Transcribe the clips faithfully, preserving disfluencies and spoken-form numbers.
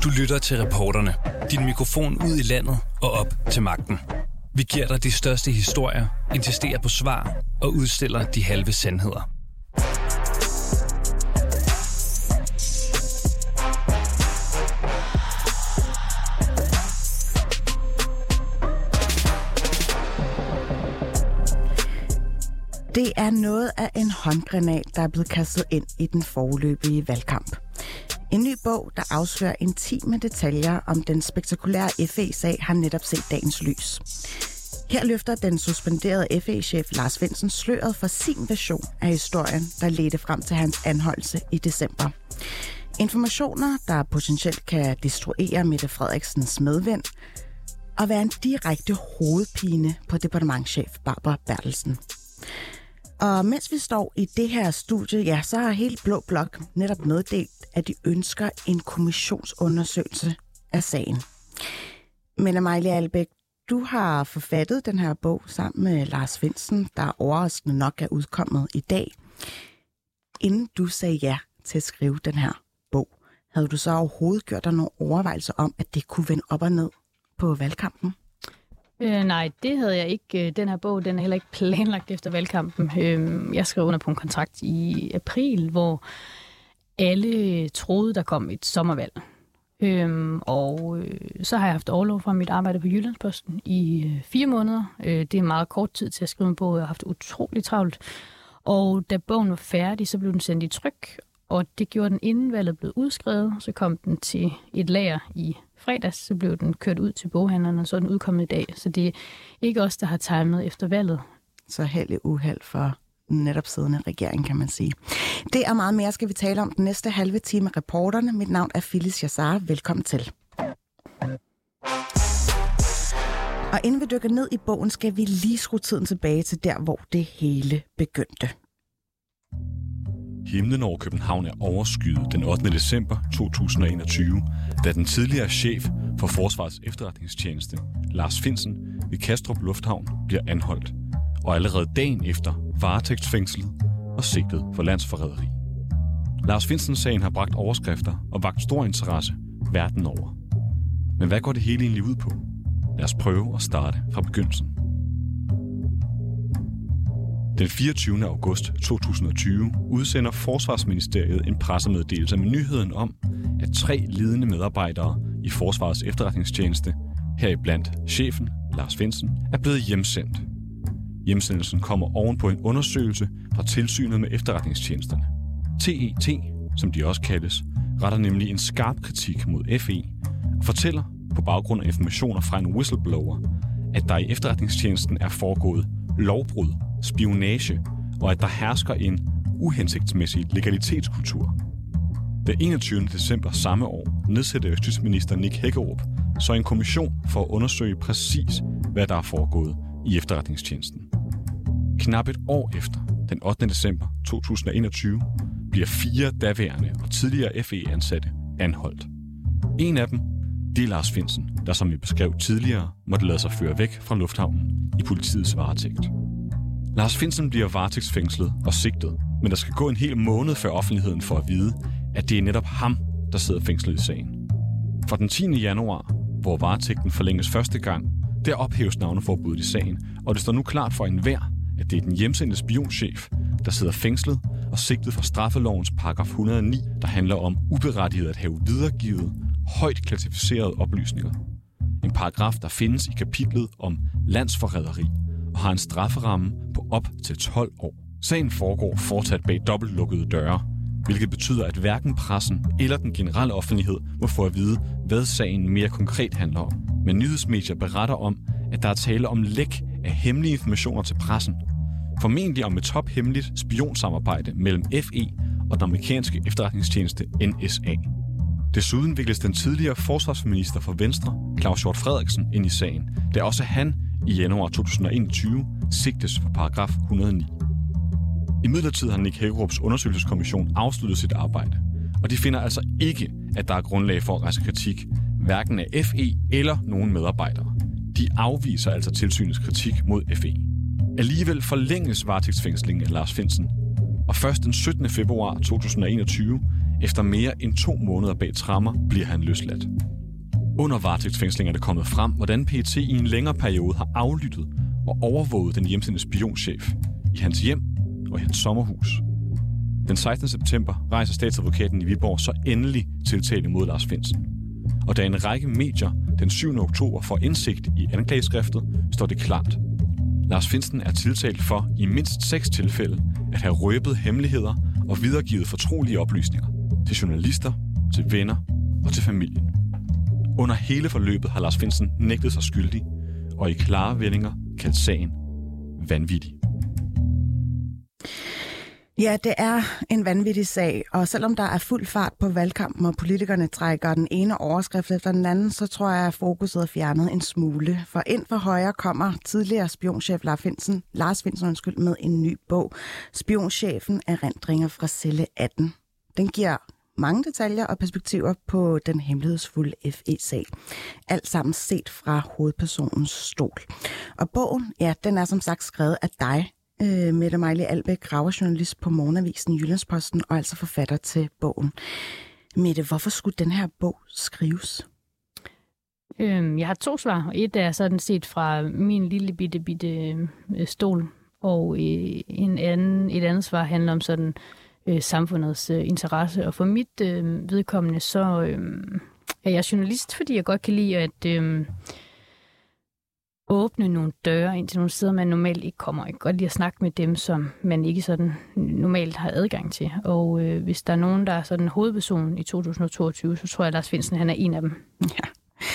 Du lytter til Reporterne. Din mikrofon ud i landet og op til magten. Vi giver dig de største historier, insisterer på svar og udstiller de halve sandheder. Det er noget af en håndgranat, der er blevet kastet ind i den foreløbige valgkamp. En ny bog, der afslører intime detaljer om den spektakulære F E-sag, har netop set dagens lys. Her løfter den suspenderede F E-chef Lars Findsen sløret for sin version af historien, der ledte frem til hans anholdelse i december. Informationer, der potentielt kan destruere Mette Frederiksens medvind, og være en direkte hovedpine på departementschef Barbara Bertelsen. Og mens vi står i det her studie, ja, så har hele Blå Blok netop meddelt, at de ønsker en kommissionsundersøgelse af sagen. Men Amalie Albæk, du har forfattet den her bog sammen med Lars Findsen, der overraskende nok er udkommet i dag. Inden du sagde ja til at skrive den her bog, havde du så overhovedet gjort dig nogle overvejelser om, at det kunne vende op og ned på valgkampen? Øh, nej, det havde jeg ikke. Den her bog, den er heller ikke planlagt efter valgkampen. Øh, jeg skrev under på en kontrakt i april, hvor alle troede, der kom et sommervalg. Øh, og øh, så har jeg haft orlov fra mit arbejde på Jyllandsposten i øh, fire måneder. Øh, det er meget kort tid til at skrive en bog. Jeg har haft utroligt travlt. Og da bogen var færdig, så blev den sendt i tryk. Og det gjorde den, inden valget blev udskrevet. Så kom den til et lager i fredags, så blev den kørt ud til boghandlerne, og så er den udkommet i dag. Så det er ikke os, der har timet efter valget. Så held i uheld for netop siddende regering, kan man sige. Det er meget mere, skal vi tale om den næste halve time. Reporterne. Mit navn er Phyllis Jassar. Velkommen til. Og inden vi dykker ned i bogen, skal vi lige skrue tiden tilbage til der, hvor det hele begyndte. Himlen over København er overskyet den ottende december to tusind og enogtyve, da den tidligere chef for Forsvarets efterretningstjeneste, Lars Findsen, ved Kastrup Lufthavn bliver anholdt, og allerede dagen efter varetægtsfængslet og sigtet for landsforræderi. Lars Findsen-sagen har bragt overskrifter og vakt stor interesse verden over. Men hvad går det hele egentlig ud på? Lad os prøve at starte fra begyndelsen. Den fireogtyvende august to tusind og tyve udsender Forsvarsministeriet en pressemeddelelse med nyheden om, at tre ledende medarbejdere i Forsvarets efterretningstjeneste, heriblandt chefen Lars Findsen, er blevet hjemsendt. Hjemsendelsen kommer ovenpå en undersøgelse fra Tilsynet med Efterretningstjenesterne. T E T, som de også kaldes, retter nemlig en skarp kritik mod F E og fortæller på baggrund af informationer fra en whistleblower, at der i efterretningstjenesten er foregået lovbrud, spionage, og at der hersker en uhensigtsmæssig legalitetskultur. Den enogtyvende december samme år nedsætter justitsminister Nick Hækkerup så en kommission for at undersøge præcis, hvad der er foregået i efterretningstjenesten. Knap et år efter, den ottende december to tusind og enogtyve, bliver fire daværende og tidligere F E-ansatte anholdt. En af dem, det er Lars Findsen, der som vi beskrev tidligere, måtte lade sig føre væk fra lufthavnen i politiets varetægt. Lars Findsen bliver varetægtsfængslet og sigtet, men der skal gå en hel måned før offentligheden får at vide, at det er netop ham, der sidder fængslet i sagen. For den tiende januar, hvor varetægten forlænges første gang, der ophæves navneforbuddet i sagen, og det står nu klart for enhver, at det er den hjemsendte spionchef, der sidder fængslet og sigtet for straffelovens paragraf et hundrede og ni, der handler om uberettiget at have videregivet højt klassificerede oplysninger. En paragraf, der findes i kapitlet om landsforræderi og har en strafferamme på op til tolv år. Sagen foregår fortsat bag dobbeltlukkede døre, hvilket betyder, at hverken pressen eller den generelle offentlighed må få at vide, hvad sagen mere konkret handler om. Men nyhedsmedier beretter om, at der er tale om læk af hemmelige informationer til pressen. Formentlig om et tophemmeligt spionsamarbejde mellem F E og den amerikanske efterretningstjeneste N S A. Desuden vikles den tidligere forsvarsminister for Venstre, Claus Hjort Frederiksen, ind i sagen, da også han i januar to tusind og enogtyve sigtes for paragraf et hundrede og ni. I midlertid har Nick Hækkerups undersøgelseskommission afsluttet sit arbejde, og de finder altså ikke, at der er grundlag for at rejse kritik, hverken af F E eller nogen medarbejdere. De afviser altså tilsynets kritik mod F E. Alligevel forlænges varetægtsfængslingen af Lars Findsen, og først den syttende februar to tusind og enogtyve Efter mere end to måneder bag tremmer bliver han løsladt. Under varetægtsfængslingen er det kommet frem, hvordan P E T i en længere periode har aflyttet og overvåget den hjemsendte spionchef i hans hjem og i hans sommerhus. Den sekstende september rejser statsadvokaten i Viborg så endelig tiltale mod Lars Findsen. Og da en række medier den syvende oktober får indsigt i anklageskriftet, står det klart. Lars Findsen er tiltalt for i mindst seks tilfælde at have røbet hemmeligheder og videregivet fortrolige oplysninger til journalister, til venner og til familien. Under hele forløbet har Lars Findsen nægtet sig skyldig, og i klare vendinger kaldt sagen vanvittig. Ja, det er en vanvittig sag, og selvom der er fuld fart på valgkampen, og politikerne trækker den ene overskrift efter den anden, så tror jeg, at fokuset er fjernet en smule. For ind for højre kommer tidligere spionchef Lars Findsen, Lars Findsen undskyld, med en ny bog. Spionchefen erindringer fra celle atten. Den giver mange detaljer og perspektiver på den hemmelighedsfulde F E-sag. Alt sammen set fra hovedpersonens stol. Og bogen, ja, den er som sagt skrevet af dig, Mette Meili Albæk, graverjournalist på Morgenavisen Jyllandsposten og altså forfatter til bogen. Mette, hvorfor skulle den her bog skrives? Øhm, jeg har to svar. Et er sådan set fra min lille bitte, bitte øh, stol, og øh, en anden, et andet svar handler om sådan øh, samfundets øh, interesse. Og for mit øh, vedkommende, så øh, er jeg journalist, fordi jeg godt kan lide at øh, åbne nogle døre ind til nogle steder, man normalt ikke kommer. Jeg kan godt lide at snakke med dem, som man ikke sådan normalt har adgang til. Og øh, hvis der er nogen, der er sådan hovedperson i to tusind og toogtyve, så tror jeg, at Lars Findsen, han er en af dem. Ja.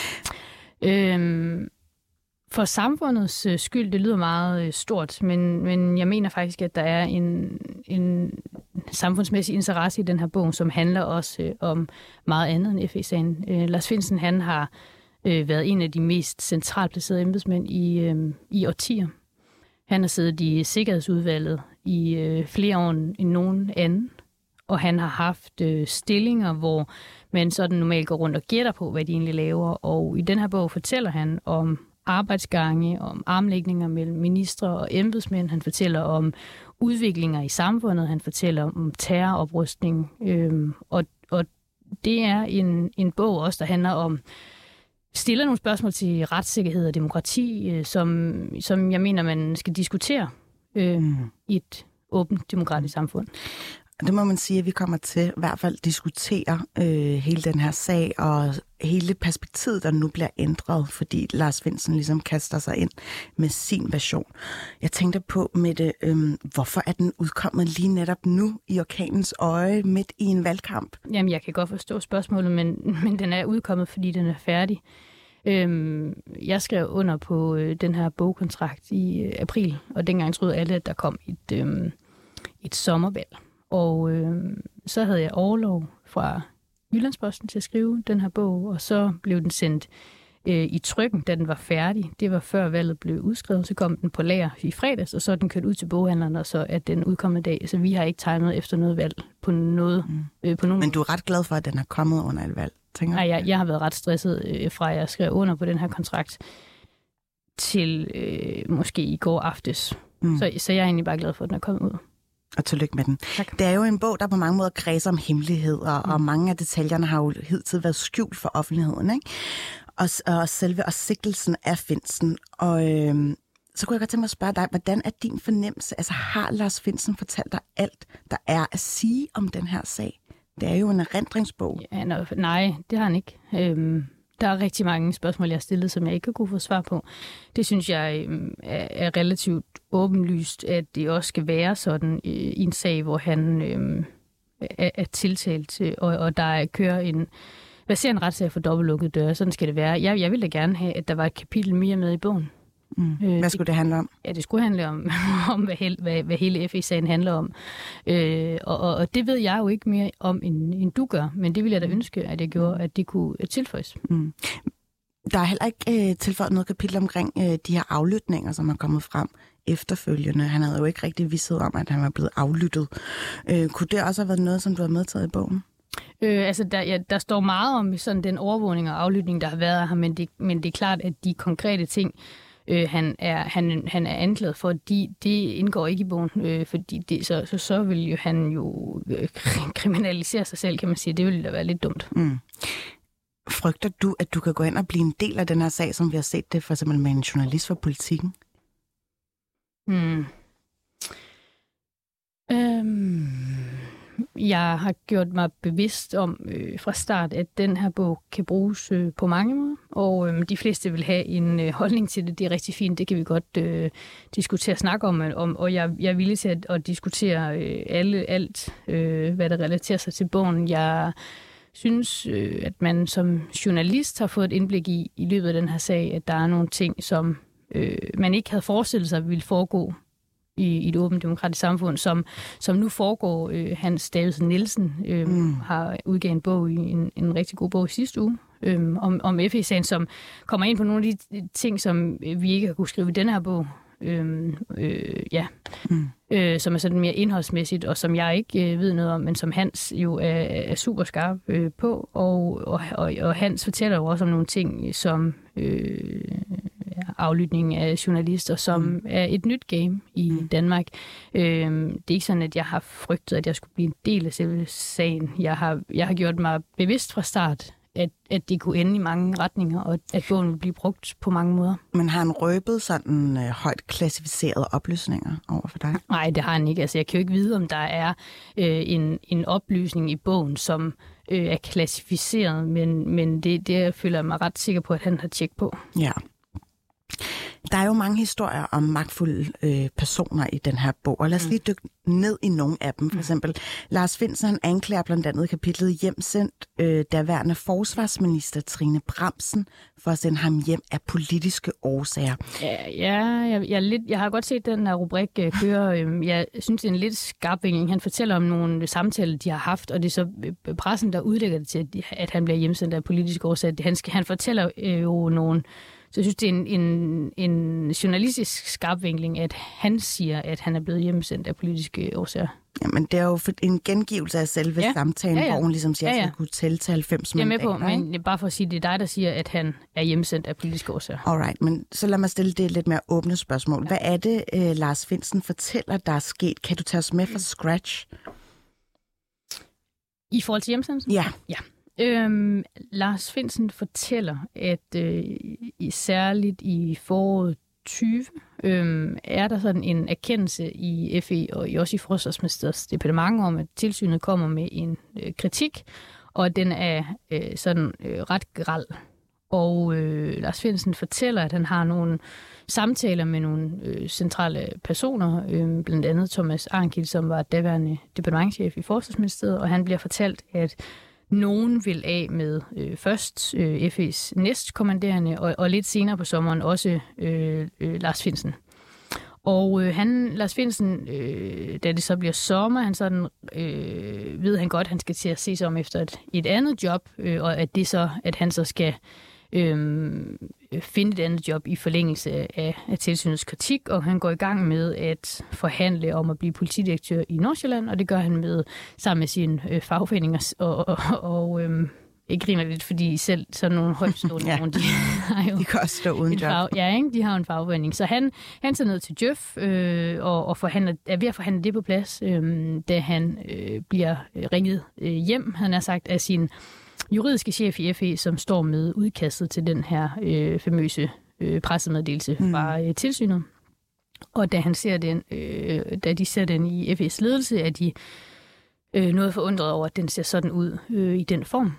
Øhm, for samfundets øh, skyld, det lyder meget øh, stort, men, men jeg mener faktisk, at der er en, en samfundsmæssig interesse i den her bog, som handler også øh, om meget andet end F E-sagen. Øh, Lars Findsen, han har øh, været en af de mest centralt placerede embedsmænd i, øh, i årtier. Han har siddet i Sikkerhedsudvalget i øh, flere år end nogen anden, og han har haft øh, stillinger, hvor man sådan normalt går rundt og gætter på, hvad de egentlig laver. Og i den her bog fortæller han om arbejdsgange, om armlægninger mellem ministre og embedsmænd. Han fortæller om udviklinger i samfundet. Han fortæller om terroroprustning. Øhm, og, og det er en, en bog også, der handler om, stiller nogle spørgsmål til retssikkerhed og demokrati, øh, som, som jeg mener, man skal diskutere øh, mm. i et åbent demokratisk samfund. Det må man sige, at vi kommer til i hvert fald diskutere øh, hele den her sag og hele perspektivet, der nu bliver ændret, fordi Lars Findsen ligesom kaster sig ind med sin version. Jeg tænkte på, Mette, øh, hvorfor er den udkommet lige netop nu i orkanens øje midt i en valgkamp? Jamen, jeg kan godt forstå spørgsmålet, men, men den er udkommet, fordi den er færdig. Øhm, jeg skrev under på øh, den her bogkontrakt i øh, april, og dengang troede alle, at der kom et, øh, et sommervalg. Og øh, så havde jeg orlov fra Jyllandsposten til at skrive den her bog, og så blev den sendt øh, i trykken, da den var færdig. Det var før valget blev udskrevet, så kom den på lager i fredags, og så er den kørt ud til boghandlerne, og så er den udkommet dag. Så vi har ikke timet efter noget valg på noget. Mm. Øh, på nogen. Men du er ret glad for, at den er kommet under et valg, tænker Nej, jeg, jeg har været ret stresset øh, fra, at jeg skrev under på den her kontrakt til øh, måske i går aftes. Mm. Så, så jeg er egentlig bare glad for, at den er kommet ud. Og tillykke med den. Tak. Det er jo en bog, der på mange måder kredser om hemmeligheder, mm. og mange af detaljerne har jo hidtil været skjult for offentligheden, ikke? Og, og selve og sigtelsen af Findsen. Og øhm, så kunne jeg godt tænke mig at spørge dig, hvordan er din fornemmelse? Altså har Lars Findsen fortalt dig alt, der er at sige om den her sag? Det er jo en erindringsbog. Ja, no, nej, det har han ikke. Øhm, der er rigtig mange spørgsmål, jeg har stillet, som jeg ikke kan kunne få svar på. Det synes jeg øhm, er, er relativt åbenlyst, at det også skal være sådan øh, i en sag, hvor han øhm, er, er tiltalt, og, og der kører en, hvad ser en retssag for dobbeltlukkede døre, sådan skal det være. Jeg, jeg ville da gerne have, at der var et kapitel mere med i bogen. Mm. Hvad skulle det handle om? Ja, det skulle handle om, om hvad, hele, hvad, hvad hele F E-sagen handler om. Øh, og, og det ved jeg jo ikke mere om, end, end du gør, men det ville jeg da ønske, at jeg gjorde, at det kunne tilføjes. Mm. Der er heller ikke øh, tilføjet noget kapitel omkring øh, de her aflytninger, som er kommet frem efterfølgende. Han havde jo ikke rigtig vidsthed om, at han var blevet aflyttet. Øh, kunne det også have været noget, som du har medtaget i bogen? Øh, altså, der, ja, der står meget om sådan den overvågning og aflytning, der har været her, men det, men det er klart, at de konkrete ting, øh, han, er, han, han er anklaget for, de, det indgår ikke i bogen, øh, fordi det, så, så, så vil jo han jo øh, kriminalisere sig selv, kan man sige. Det ville da være lidt dumt. Mm. Frygter du, at du kan gå ind og blive en del af den her sag, som vi har set det for eksempel med en journalist for Politikken? Hmm. Øhm, jeg har gjort mig bevidst om øh, fra start, at den her bog kan bruges øh, på mange måder, og øh, de fleste vil have en øh, holdning til det. Det er rigtig fint, det kan vi godt øh, diskutere og snakke om, om og jeg, jeg er villig til at, at diskutere øh, alle, alt, øh, hvad der relaterer sig til bogen. Jeg synes, øh, at man som journalist har fået et indblik i, i løbet af den her sag, at der er nogle ting, som øh, man ikke havde forestillet sig ville foregå i, i et åbent demokratisk samfund, som, som nu foregår. Øh, Hans Davidsen Nielsen øh, mm. har udgivet en bog, i en, en rigtig god bog i sidste uge, øh, om, om F E-sagen, som kommer ind på nogle af de ting, som vi ikke har kunne skrive i denne her bog. Øh, øh, ja. Mm. Øh, som er sådan mere indholdsmæssigt, og som jeg ikke øh, ved noget om, men som Hans jo er, er super skarp øh, på, og, og, og, og Hans fortæller jo også om nogle ting, som øh, aflytning af journalister, som mm. er et nyt game i mm. Danmark. Øh, det er ikke sådan, at jeg har frygtet, at jeg skulle blive en del af selve sagen. Jeg har, jeg har gjort mig bevidst fra start, At, at det kunne ende i mange retninger, og at bogen vil blive brugt på mange måder. Men har han røbet sådan øh, højt klassificerede oplysninger over for dig? Nej, det har han ikke. Altså, jeg kan jo ikke vide, om der er øh, en, en oplysning i bogen, som øh, er klassificeret, men, men det, det føler jeg mig ret sikker på, at han har tjekket på. Ja. Der er jo mange historier om magtfulde øh, personer i den her bog, og lad os lige dykke ned i nogle af dem. For eksempel, Lars Findsen, han anklager blandt andet kapitlet hjemsendt øh, daværende forsvarsminister Trine Bramsen for at sende ham hjem af politiske årsager. Ja, ja jeg, jeg, lidt, jeg har godt set den her rubrik øh, køre. Øh, jeg synes, det er en lidt skarp vinkling. Han fortæller om nogle samtaler, de har haft, og det er så øh, pressen, der udlægger det til, at han bliver hjemsendt af politiske årsager. Han, skal, han fortæller øh, jo nogle... Så jeg synes, det er en, en, en journalistisk skarpvinkling, at han siger, at han er blevet hjemsendt af politiske årsager. Jamen, det er jo en gengivelse af selve ja. samtalen, ja, ja. hvor hun ligesom siger, at ja, ja. han kunne tælle til halvfems mandater. Jeg er med på, men bare for at sige, at det er dig, der siger, at han er hjemsendt af politiske årsager. Alright, men så lad mig stille det lidt mere åbne spørgsmål. Ja. Hvad er det, uh, Lars Findsen fortæller, der er sket? Kan du tage os med fra scratch? I forhold til hjemsendelsen? Ja. Ja. Øhm, Lars Findsen fortæller, at øh, særligt i foråret tyve øhm, er der sådan en erkendelse i F E og også i Forsvarsministeriets departement om, at tilsynet kommer med en øh, kritik, og at den er øh, sådan øh, ret grel. Og øh, Lars Findsen fortæller, at han har nogle samtaler med nogle øh, centrale personer, øh, blandt andet Thomas Arnkild, som var daværende departementschef i Forsvarsministeriet, og han bliver fortalt, at nogen vil af med øh, først øh, F E's næstkommanderende, og, og lidt senere på sommeren også øh, øh, Lars Findsen. Og øh, han, Lars Findsen, øh, da det så bliver sommer, han sådan, øh, ved han godt, at han skal til at se sig om efter et, et andet job, øh, og at det så, at han så skal øh, finde et andet job i forlængelse af, af tilsynets kritik, og han går i gang med at forhandle om at blive politidirektør i Nordsjælland, og det gør han med sammen med sine øh, fagforeninger, og, og, og øh, jeg griner lidt, fordi selv sådan nogle højtstående ja. nogen, de har jo de kan også stå uden job. Fag, ja, ikke? De har en fagforening. Så han, han tager ned til Djøf øh, og, og forhandler, er ved at forhandle det på plads, øh, da han øh, bliver ringet øh, hjem, han har sagt, af sin juridiske chef i F E, som står med udkastet til den her øh, famøse øh, pressemeddelelse mm. fra øh, tilsynet. Og da han ser den, øh, da de ser den i F E's ledelse, er de øh, noget forundret over, at den ser sådan ud øh, i den form.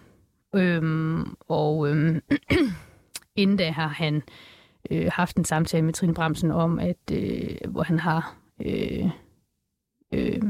Øhm, og øhm, inden da har han øh, haft en samtale med Trine Bramsen om, at øh, hvor han har øh, øh,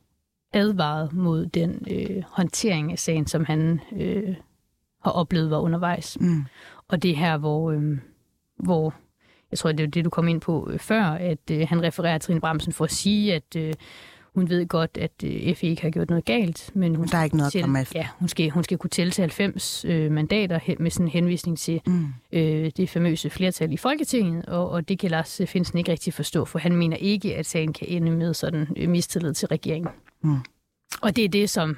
advaret mod den øh, håndtering af sagen, som han øh, har oplevet var undervejs. Mm. Og det her, hvor, øh, hvor jeg tror, det er det, du kom ind på øh, før, at øh, han refererer Trine Bramsen for at sige, at øh, hun ved godt, at øh, F E ikke har gjort noget galt, men hun, der er ikke noget til, at komme efter. Ja, hun skal, hun skal kunne tælle til halvfems øh, mandater hen, med sådan en henvisning til mm. øh, det famøse flertal i Folketinget, og, og det kan Lars Findsen ikke rigtig forstå, for han mener ikke, at sagen kan ende med sådan øh, mistillid til regeringen. Mm. Og det er det, som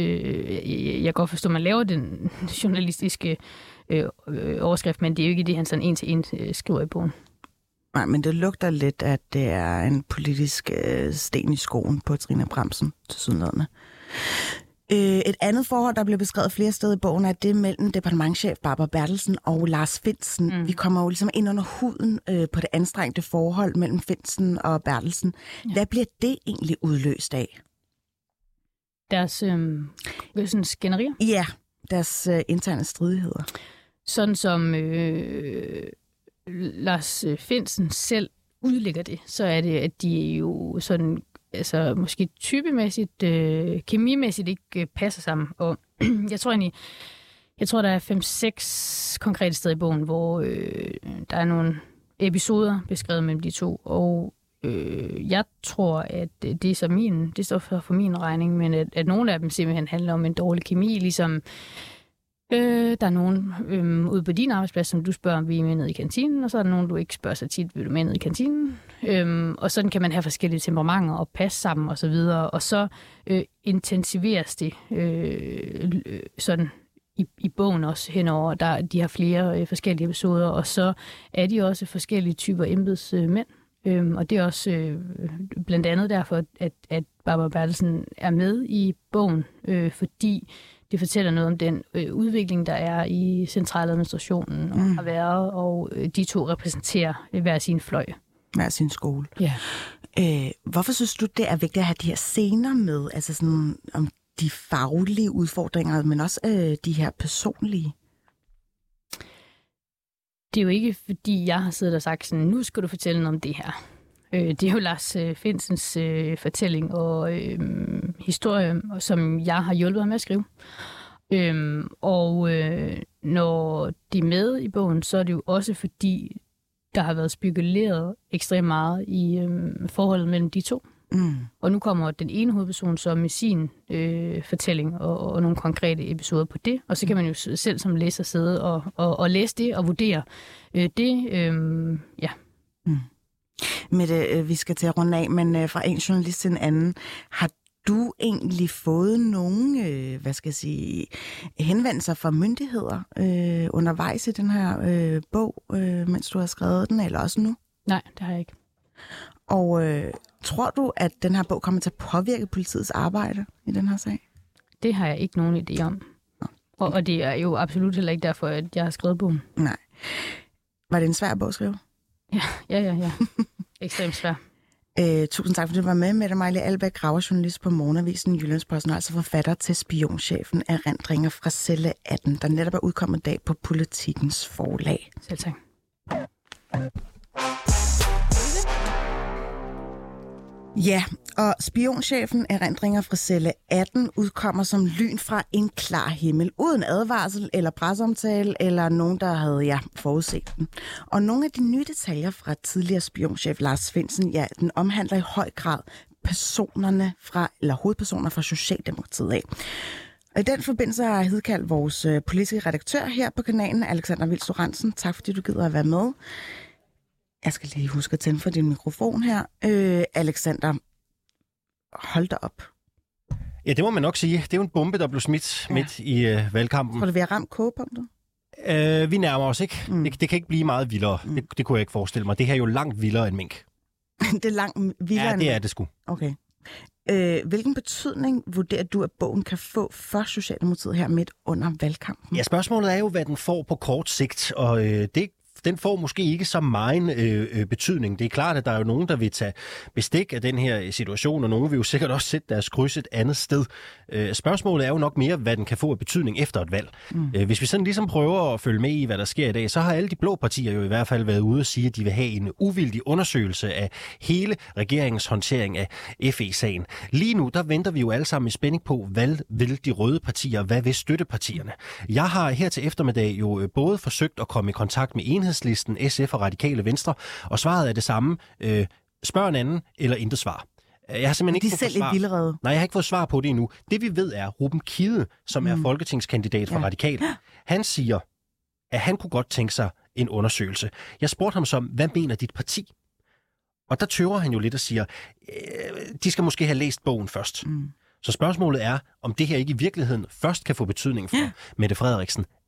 øh, jeg godt forstår, man laver den journalistiske øh, øh, overskrift, men det er jo ikke det, han sådan en til en øh, skriver i bogen. Nej, men det lugter lidt, at det er en politisk øh, sten i skoen på Trine Bramsen, til sydlandene. Øh, et andet forhold, der bliver beskrevet flere steder i bogen, er det mellem departementschef Barbara Bertelsen og Lars Findsen. Mm. Vi kommer jo ligesom ind under huden øh, på det anstrengte forhold mellem Findsen og Bertelsen. Ja. Hvad bliver det egentlig udløst af? Deres øh, sådan skænderier? Ja, deres øh, interne stridigheder. Sådan som øh, Lars Findsen selv udlægger det, så er det, at de jo sådan, altså måske typemæssigt, øh, kemimæssigt ikke øh, passer sammen. Og jeg tror egentlig, jeg tror, der er fem-seks konkrete steder i bogen, hvor øh, der er nogle episoder beskrevet mellem de to, og øh, jeg tror, at det er så min, det står for, for min regning, men at, at nogle af dem simpelthen handler om en dårlig kemi, ligesom Øh, der er nogen øh, ude på din arbejdsplads, som du spørger, om vi er med ned i kantinen, og så er der nogen, du ikke spørger så tit, vil du med ned i kantinen? Øh, og sådan kan man have forskellige temperamenter og passe sammen og så videre, og så øh, intensiveres det øh, sådan i, i bogen også henover. Der, de har flere øh, forskellige episoder, og så er de også forskellige typer embedsmænd. Øh, og det er også øh, blandt andet derfor, at, at Barbara Bertelsen er med i bogen, øh, fordi det fortæller noget om den øh, udvikling, der er i centraladministrationen og mm. har været, og øh, de to repræsenterer hver sin fløj. Hver sin skole. Ja. Øh, hvorfor synes du, det er vigtigt at have de her scener med, altså sådan om de faglige udfordringer, men også øh, de her personlige? Det er jo ikke, fordi jeg har siddet og sagt sådan, nu skal du fortælle noget om det her. Øh, det er jo Lars øh, Findsens øh, fortælling og øh, historie, som jeg har hjulpet ham med at skrive. Øh, og øh, når de er med i bogen, så er det jo også fordi, der har været spekuleret ekstremt meget i øh, forholdet mellem de to. Mm. Og nu kommer den ene hovedperson så med sin øh, fortælling og, og nogle konkrete episoder på det. Og så kan man jo selv som læser sidde og, og, og læse det og vurdere øh, det. Øh, ja. Mm. Mette, vi skal til at runde af, men fra en journalist til en anden. Har du egentlig fået nogle, øh, hvad skal jeg sige, henvendelser fra myndigheder øh, undervejs i den her øh, bog, øh, mens du har skrevet den, eller også nu? Nej, det har jeg ikke. Og øh, tror du, at den her bog kommer til at påvirke politiets arbejde i den her sag? Det har jeg ikke nogen idé om. Okay. Og, og det er jo absolut heller ikke derfor, at jeg har skrevet bogen. Nej. Var det en svær bog at skrive? Ja, ja, ja. ja. Ekstremt svær. Øh, tusind tak, fordi du var med. Mette Mejle Albæk, graverjournalist på Morgenavisen Jyllandsposten, og altså forfatter til Spionchefen af erindringer fra Celle atten, der netop er udkommet i dag på Politikens forlag. Selv tak. Ja, og Spionchefen erindringer fra Celle atten udkommer som lyn fra en klar himmel, uden advarsel eller presseomtale eller nogen, der havde ja, forudset den. Og nogle af de nye detaljer fra tidligere spionchef Lars Findsen, ja, den omhandler i høj grad personerne fra, eller hovedpersoner fra Socialdemokratiet af. Og i den forbindelse har jeg hedkaldt vores politiske redaktør her på kanalen, Alexander Vilds Lorentzen. Tak fordi du gider at være med. Jeg skal lige huske at tænde for din mikrofon her. Øh, Alexander, hold da op. Ja, det må man nok sige. Det er jo en bombe, der blev smidt ja. midt i øh, valgkampen. Tror du, vi har ramt kogepunktet? Øh, vi nærmer os ikke. Mm. Det, det kan ikke blive meget vildere. Mm. Det, det kunne jeg ikke forestille mig. Det her er jo langt vildere end mink. Det er langt vildere Ja, end det er det sgu. Okay. Øh, hvilken betydning vurderer du, at bogen kan få for Socialdemokratiet her midt under valgkampen? Ja, spørgsmålet er jo, hvad den får på kort sigt, og øh, det den får måske ikke så meget øh, betydning. Det er klart, at der er jo nogen, der vil tage bestik af den her situation, og nogen vil jo sikkert også sætte deres kryds et andet sted. Øh, spørgsmålet er jo nok mere, hvad den kan få af betydning efter et valg. Mm. Øh, hvis vi sådan ligesom prøver at følge med i, hvad der sker i dag, så har alle de blå partier jo i hvert fald været ude og sige, at de vil have en uvildig undersøgelse af hele regeringens håndtering af F E-sagen. Lige nu, der venter vi jo alle sammen i spænding på, hvad vil de røde partier, hvad vil støttepartierne. Jeg har her til eftermiddag jo både forsøgt at komme i kontakt med enhedslisten, S F og Radikale Venstre, og svaret er det samme. Øh, spørg en anden, eller intet svar. Jeg har simpelthen ikke de selv er vildrede. Nej, jeg har ikke fået svar på det endnu. Det vi ved er, Ruben Kidde, som mm. er folketingskandidat for ja. Radikale, han siger, at han kunne godt tænke sig en undersøgelse. Jeg spurgte ham som, hvad mener dit parti? Og der tøver han jo lidt og siger, øh, de skal måske have læst bogen først. Mm. Så spørgsmålet er, om det her ikke i virkeligheden først kan få betydning for ja. Mette Frederiksen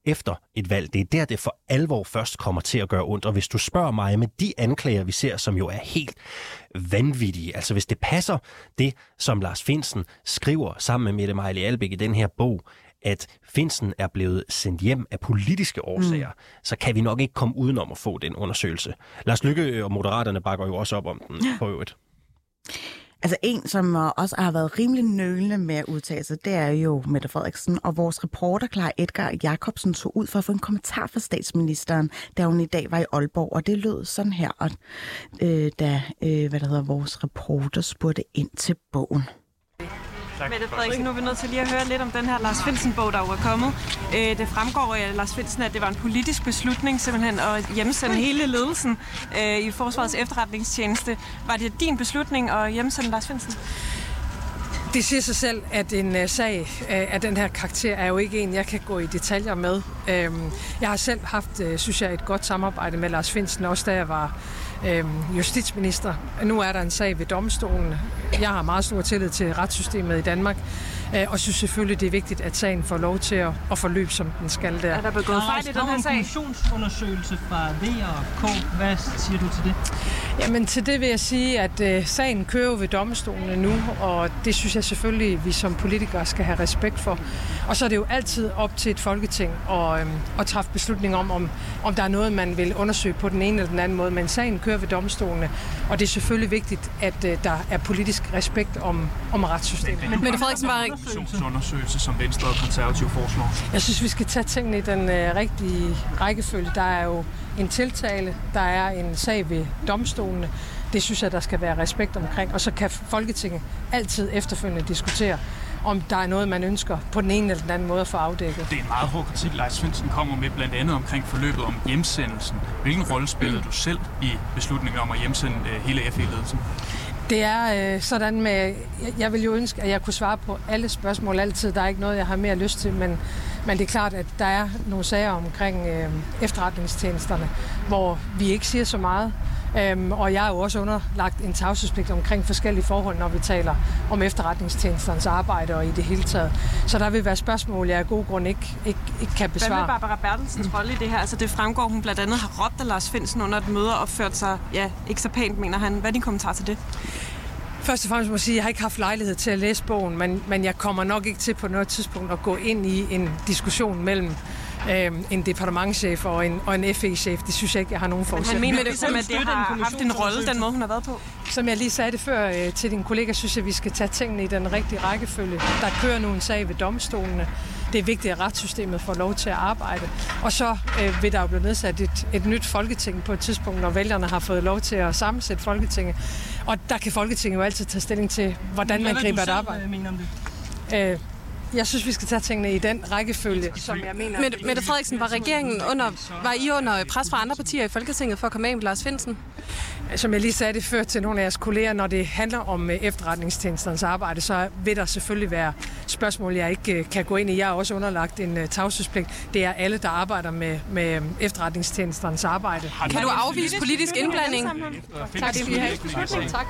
efter et valg. Det er der, det for alvor først kommer til at gøre ondt. Og hvis du spørger mig med de anklager, vi ser, som jo er helt vanvittige, altså hvis det passer det, som Lars Findsen skriver sammen med Mette Meili Albæk i den her bog, at Findsen er blevet sendt hjem af politiske årsager, mm. så kan vi nok ikke komme udenom at få den undersøgelse. Lars Løkke og Moderaterne bakker jo også op om den på øvrigt. Altså en, som også har været rimelig nølende med at udtale sig, det er jo Mette Frederiksen, og vores reporter Clara Edgar Jacobsen tog ud for at få en kommentar fra statsministeren, da hun i dag var i Aalborg, og det lød sådan her, og, øh, da øh, hvad der hedder, vores reporter spurgte ind til bogen. Mette Frederiksen, nu er vi nødt til lige at høre lidt om den her Lars Findsen-bog, der jo er kommet. Øh, det fremgår af Lars Findsen, at det var en politisk beslutning simpelthen at hjemsende hele ledelsen øh, i Forsvarets efterretningstjeneste. Var det din beslutning at hjemsende Lars Findsen? Det siger sig selv, at en uh, sag uh, af den her karakter er jo ikke en, jeg kan gå i detaljer med. Uh, jeg har selv haft, uh, synes jeg, et godt samarbejde med Lars Findsen, også da jeg var uh, justitsminister. Nu er der en sag ved domstolen. Jeg har meget stor tillid til retssystemet i Danmark, uh, og synes selvfølgelig, det er vigtigt, at sagen får lov til at, at forløbe, som den skal der. Er der begået fejl i den her sag? En kommissionsundersøgelse fra V og K. Hvad siger du til det? Jamen til det vil jeg sige, at uh, sagen kører ved domstolen nu, og det synes jeg selvfølgelig, vi som politikere skal have respekt for. Og så er det jo altid op til et folketing at, øhm, at træffe beslutning om, om, om der er noget, man vil undersøge på den ene eller den anden måde. Men sagen kører ved domstolene, og det er selvfølgelig vigtigt, at øh, der er politisk respekt om, om retssystemet. Men Mette Frederiksen var ikke... undersøgelse, som Venstre og Konservative foreslår. Jeg synes, vi skal tage tingene i den øh, rigtige rækkefølge. Der er jo en tiltale, der er en sag ved domstolene. Det synes jeg, der skal være respekt omkring. Og så kan Folketinget altid efterfølgende diskutere, om der er noget, man ønsker på den ene eller den anden måde at få afdækket. Det er en meget hård kritik, Lars Findsen kommer med, blandt andet omkring forløbet om hjemsendelsen. Hvilken rolle spillede du selv i beslutningen om at hjemsende hele F E-ledelsen? Det er øh, sådan med, jeg, jeg vil jo ønske, at jeg kunne svare på alle spørgsmål altid. Der er ikke noget, jeg har mere lyst til, men, men det er klart, at der er nogle sager omkring øh, efterretningstjenesterne, hvor vi ikke siger så meget. Øhm, og jeg har jo også underlagt en tavshedspligt omkring forskellige forhold, når vi taler om efterretningstjenesternes arbejde og i det hele taget. Så der vil være spørgsmål, jeg af god grund ikke, ikke, ikke kan besvare. Hvad med Barbara Bertelsens rolle i det her? Altså det fremgår, hun blandt andet har råbt af Lars Findsen under et møde og opført sig ja, ikke så pænt, mener han. Hvad er din kommentar til det? Først og fremmest må jeg sige, at jeg har ikke haft lejlighed til at læse bogen, men, men jeg kommer nok ikke til på noget tidspunkt at gå ind i en diskussion mellem øh, en departementschef og en, og en F E-chef. Det synes jeg ikke, jeg har nogen forudsætninger. Men han mener ligesom, at det har haft en rolle, den måde, hun har været på? Som jeg lige sagde det før øh, til din kollega, synes jeg, at vi skal tage tingene i den rigtige rækkefølge. Der kører nu en sag ved domstolene. Det er vigtigt, at retssystemet får lov til at arbejde. Og så øh, vil der jo blive nedsat et, et nyt folketing på et tidspunkt, når vælgerne har fået lov til at sammensætte Folketinget. Og der kan Folketinget jo altid tage stilling til, hvordan man griber et arbejde. Hvad mener om det? Øh, jeg synes, vi skal tage tingene i den rækkefølge, som jeg mener... Mette, Mette Frederiksen, var regeringen under, var I under pres fra andre partier i Folketinget for at komme af med Lars Findsen? Som jeg lige sagde det før til nogle af jeres kolleger, når det handler om efterretningstjenesternes arbejde, så vil der selvfølgelig være spørgsmål, jeg ikke kan gå ind i. Jeg har også underlagt en tavshedspligt. Det er alle, der arbejder med, med efterretningstjenesternes arbejde. Kan du afvise politisk indblanding? Tak skal I have. Tak.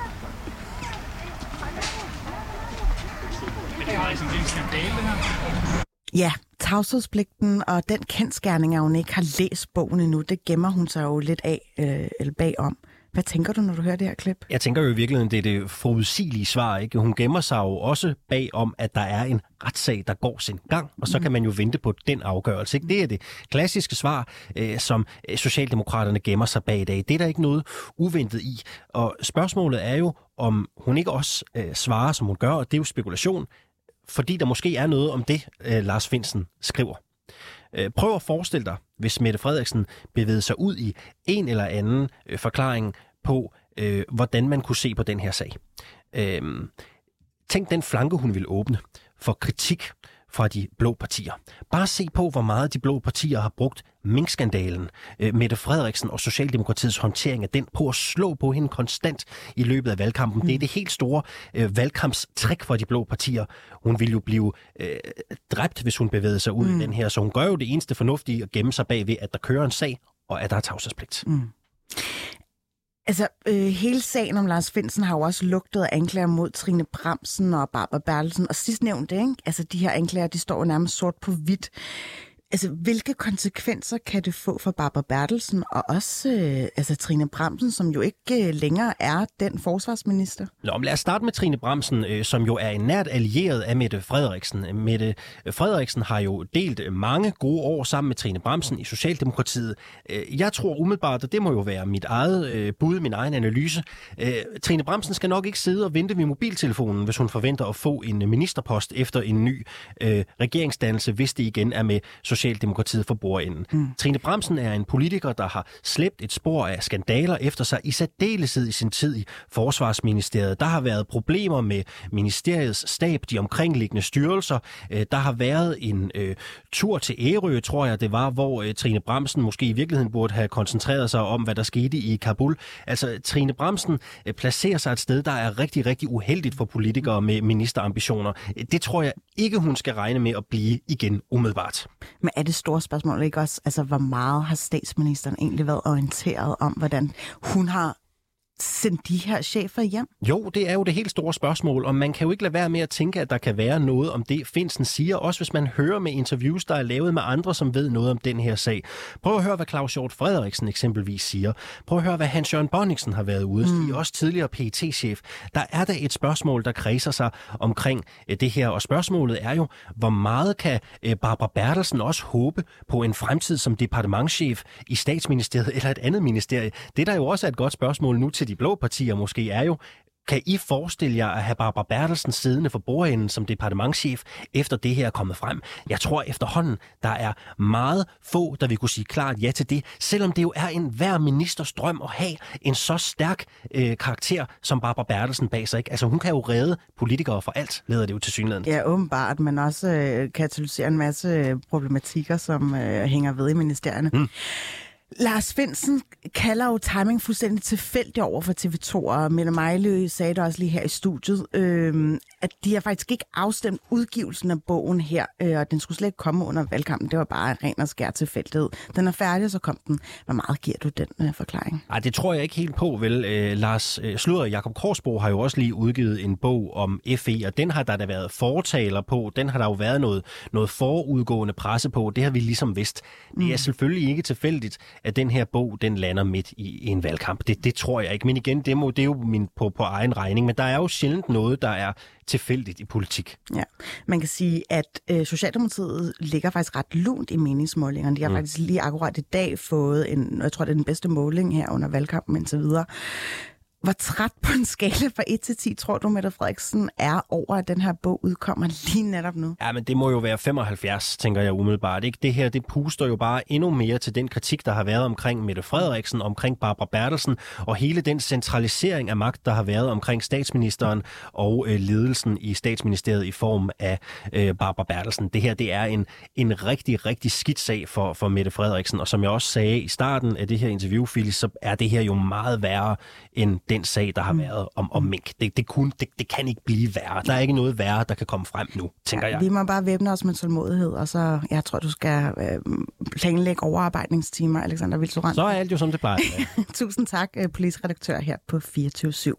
Ja, tavshedspligten og den kendsgerning, at hun ikke har læst bogen endnu, det gemmer hun sig jo lidt af øh, eller bagom. Hvad tænker du, når du hører det her klip? Jeg tænker jo i virkeligheden, det er det forudsigelige svar, ikke? Hun gemmer sig jo også bagom, at der er en retssag, der går sin gang, og så kan man jo vente på den afgørelse, ikke? Det er det klassiske svar, øh, som Socialdemokraterne gemmer sig bag i dag. Det er der ikke noget uventet i. Og spørgsmålet er jo, om hun ikke også øh, svarer, som hun gør, og det er jo spekulation, fordi der måske er noget om det, øh, Lars Findsen skriver. Øh, prøv at forestille dig, hvis Mette Frederiksen bevægede sig ud i en eller anden øh, forklaring på, øh, hvordan man kunne se på den her sag. Øh, tænk den flanke, hun ville åbne for kritik fra de blå partier. Bare se på, hvor meget de blå partier har brugt minkskandalen, øh, Mette Frederiksen og Socialdemokratiets håndtering af den på at slå på hende konstant i løbet af valgkampen. Mm. Det er det helt store øh, valgkampstrik for de blå partier. Hun ville jo blive øh, dræbt, hvis hun bevægede sig ud mm. i den her, så hun gør jo det eneste fornuftige at gemme sig bag ved, at der kører en sag, og at der er tavshedspligt. Mm. Altså, øh, hele sagen om Lars Findsen har jo også lugtet af anklager mod Trine Bramsen og Barbara Bertelsen, og sidstnævnte, ikke? Altså, de her anklager, de står jo nærmest sort på hvidt. Altså, hvilke konsekvenser kan det få for Barbara Bertelsen og også øh, altså, Trine Bramsen, som jo ikke øh, længere er den forsvarsminister? Nå, lad os starte med Trine Bramsen, øh, som jo er en nært allieret af Mette Frederiksen. Mette Frederiksen har jo delt mange gode år sammen med Trine Bramsen i Socialdemokratiet. Øh, jeg tror umiddelbart, og det må jo være mit eget øh, bud, min egen analyse, øh, Trine Bramsen skal nok ikke sidde og vente ved mobiltelefonen, hvis hun forventer at få en ministerpost efter en ny øh, regeringsdannelse, hvis det igen er med Socialdemokratiet for bordenden. Mm. Trine Bramsen er en politiker, der har slæbt et spor af skandaler efter sig, i særdeleshed i sin tid i Forsvarsministeriet. Der har været problemer med ministeriets stab, de omkringliggende styrelser. Der har været en øh, tur til Ærø, tror jeg det var, hvor øh, Trine Bramsen måske i virkeligheden burde have koncentreret sig om, hvad der skete i Kabul. Altså, Trine Bramsen øh, placerer sig et sted, der er rigtig, rigtig uheldigt for politikere med ministerambitioner. Det tror jeg ikke, hun skal regne med at blive igen umiddelbart. Men er det store spørgsmål ikke også, altså hvor meget har statsministeren egentlig været orienteret om, hvordan hun har sendt de her chefer hjem? Jo, det er jo det helt store spørgsmål, og man kan jo ikke lade være med at tænke, at der kan være noget om det, Findsen siger, også hvis man hører med interviews, der er lavet med andre, som ved noget om den her sag. Prøv at høre, hvad Claus Hjort Frederiksen eksempelvis siger. Prøv at høre, hvad Hans Jørgen Bonniksen har været ude. Mm. Også tidligere P E T-chef. Der er der et spørgsmål, der kredser sig omkring det her, og spørgsmålet er jo, hvor meget kan Barbara Bertelsen også håbe på en fremtid som departementschef i Statsministeriet eller et andet ministerie? Det der jo også er et godt spørgsmål nu til de blå partier måske er jo, kan I forestille jer at have Barbara Bertelsen siddende for bordenden som departementschef, efter det her er kommet frem? Jeg tror efterhånden, der er meget få, der vil kunne sige klart ja til det, selvom det jo er en hver ministers drøm at have en så stærk øh, karakter som Barbara Bertelsen bag sig. Ikke? Altså hun kan jo redde politikere for alt, leder det jo til synligheden. Ja, åbenbart, men også øh, katalysere en masse problematikker, som øh, hænger ved i ministerierne. Mm. Lars Findsen kalder jo timing fuldstændig tilfældig over for T V to, og Mette Mejlø sagde det også lige her i studiet, øh, at de har faktisk ikke afstemt udgivelsen af bogen her, øh, og den skulle slet ikke komme under valgkampen. Det var bare ren og skær tilfældighed. Den er færdig, så kom den. Hvor meget giver du den øh, forklaring? Ej, det tror jeg ikke helt på, vel. Øh, Lars øh, Sludder Jakob Korsbo har jo også lige udgivet en bog om F E, og den har der da været fortaler på. Den har der jo været noget, noget forudgående presse på. Det har vi ligesom vidst. Mm. Det er selvfølgelig ikke tilfældigt, at den her bog, den lander midt i, i en valgkamp. Det, det tror jeg ikke. Men igen, det, må, det er jo min, på, på egen regning. Men der er jo sjældent noget, der er tilfældigt i politik. Ja, man kan sige, at øh, Socialdemokratiet ligger faktisk ret lunt i meningsmålingerne. De har mm. faktisk lige akkurat i dag fået en, jeg tror, det er den bedste måling her under valgkampen indtil videre. Hvor træt på en skala fra et til ti tror du, Mette Frederiksen er over, at den her bog udkommer lige netop nu? Ja, men det må jo være femoghalvfjerds, tænker jeg umiddelbart. Ikke? Det her, det puster jo bare endnu mere til den kritik, der har været omkring Mette Frederiksen, omkring Barbara Bertelsen, og hele den centralisering af magt, der har været omkring statsministeren og øh, ledelsen i statsministeriet i form af øh, Barbara Bertelsen. Det her, det er en, en rigtig, rigtig skidt sag for, for Mette Frederiksen, og som jeg også sagde i starten af det her interview, Phyllis, så er det her jo meget værre end den sag, der har været om, om mink. Det, det, kun, det, det kan ikke blive værre. Der er ikke noget værre, der kan komme frem nu, tænker ja, jeg. Vi må bare væbne os med tålmodighed, og så, jeg tror, du skal øh, planlægge overarbejdningstimer, Alexander Vilsorand. Så er alt jo, som det plejer. Tusind tak, politisk redaktør her på fireogtyve syv.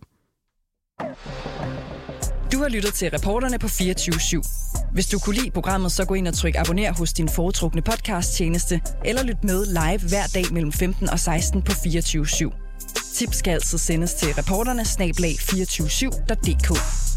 Du har lyttet til Reporterne på fireogtyve syv. Hvis du kunne lide programmet, så gå ind og tryk abonner hos din foretrukne podcast-tjeneste, eller lyt med live hver dag mellem femten og seksten på fireogtyve syv. Tips skal altså sendes til reporterne snabel-a to fire syv punktum d k.